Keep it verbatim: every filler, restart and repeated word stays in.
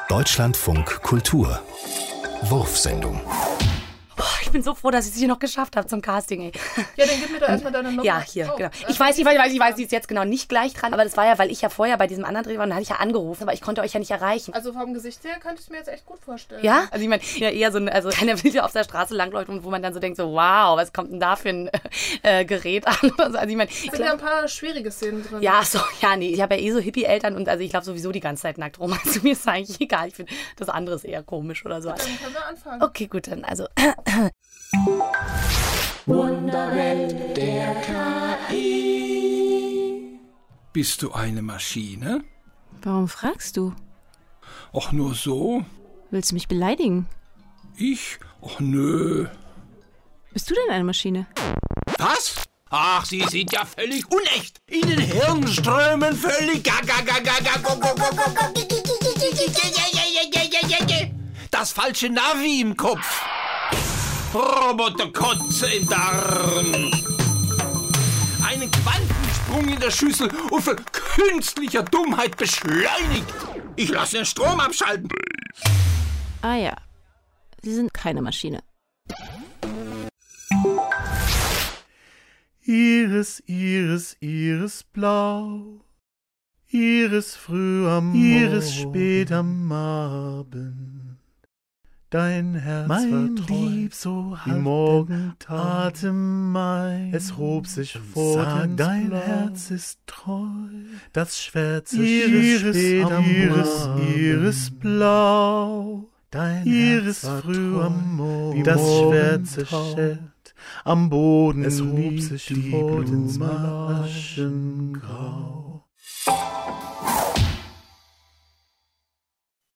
Deutschlandfunk Kultur Wurfsendung. Ich bin so froh, dass ich es hier noch geschafft habe zum Casting. Ey. Ja, dann gib mir doch erstmal deine Nummer. Ja, hier, oh, genau. äh, Ich weiß nicht, weil ich weiß, ich weiß, sie ist jetzt genau nicht gleich dran, aber das war ja, weil ich ja vorher bei diesem anderen Dreh war und da hatte ich ja angerufen, aber ich konnte euch ja nicht erreichen. Also vom Gesicht her könnte ich es mir jetzt echt gut vorstellen. Ja? Also ich meine, ja, eher so ein, also keiner will ja auf der Straße langläuft und wo man dann so denkt, so wow, was kommt denn da für ein äh, Gerät an? Also ich meine, es sind ja ein paar schwierige Szenen drin. Ja, so, ja, nee, ich habe ja eh so Hippie-Eltern und also ich glaube sowieso die ganze Zeit nackt rum. Also mir ist eigentlich egal, ich finde das andere ist eher komisch oder so. Dann können wir anfangen. Okay, gut, dann also... Wunderwelt der K I. Bist du eine Maschine? Warum fragst du? Ach, nur so? Willst du mich beleidigen? Ich? Ach, nö. Bist du denn eine Maschine? Was? Ach, Sie sind ja völlig unecht. In den Hirnströmen völlig gaga gaga gaga. Das falsche Navi im Kopf. Roboterkotze im Darm. Einen Quantensprung in der Schüssel und für künstlicher Dummheit beschleunigt. Ich lasse den Strom abschalten. Ah ja, Sie sind keine Maschine. Iris, Iris, Iris blau. Iris früh am Morgen. Iris spät am Abend. Dein Herz mein war treu, Lieb, so wie Morgentag, Atem mein, es hob sich vor Sag, dein Blau. Herz ist treu, das Schwert Iris, spät am Iris, Abend. Iris blau, Dein Iris Herz war früh treu, am Morgen, wie das Schwert Morgentau. zerschellt, am Boden Es hob liegt sich die vor den Blume Aschengrau. aschengrau.